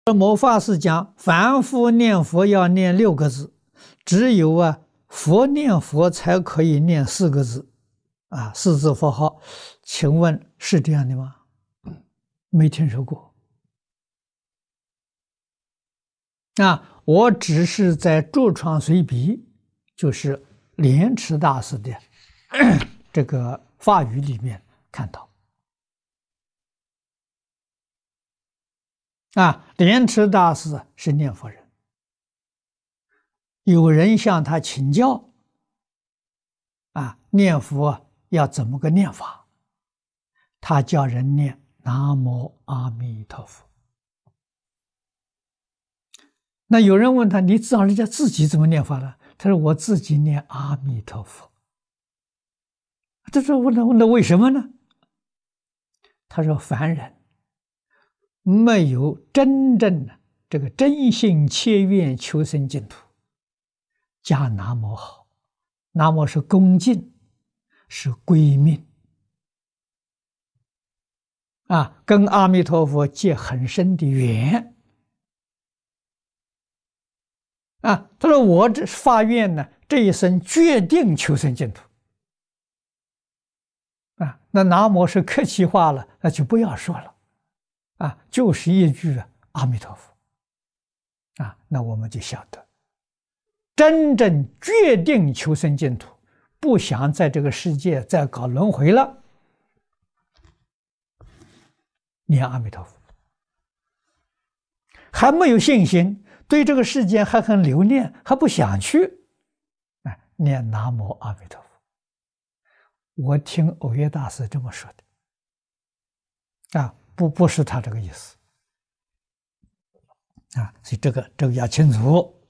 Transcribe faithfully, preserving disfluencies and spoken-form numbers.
某法师讲，凡夫念佛要念六个字，只有啊佛念佛才可以念四个字，啊四字佛号。请问是这样的吗？没听说过。啊，我只是在著创随笔，就是莲池大师的这个法语里面看到。啊，莲池大师是念佛人，有人向他请教，啊，念佛要怎么个念法？他叫人念南无阿弥陀佛。那有人问他，你知道人家自己怎么念法呢？他说我自己念阿弥陀佛。这是问他问他为什么呢？他说凡人没有真正的这个真心切愿求生净土，加南无好，南无是恭敬，是归命啊，跟阿弥陀佛结很深的缘啊。他说我这发愿呢，这一生决定求生净土啊。那南无是客气话了，那就不要说了啊，就是一句阿弥陀佛啊。那我们就晓得，真正决定求生净土，不想在这个世界再搞轮回了，念阿弥陀佛。还没有信心，对这个世界还很留恋，还不想去，哎，念南无阿弥陀佛。我听藕益大师这么说的啊，不不是他这个意思啊，所以这个这个要清楚。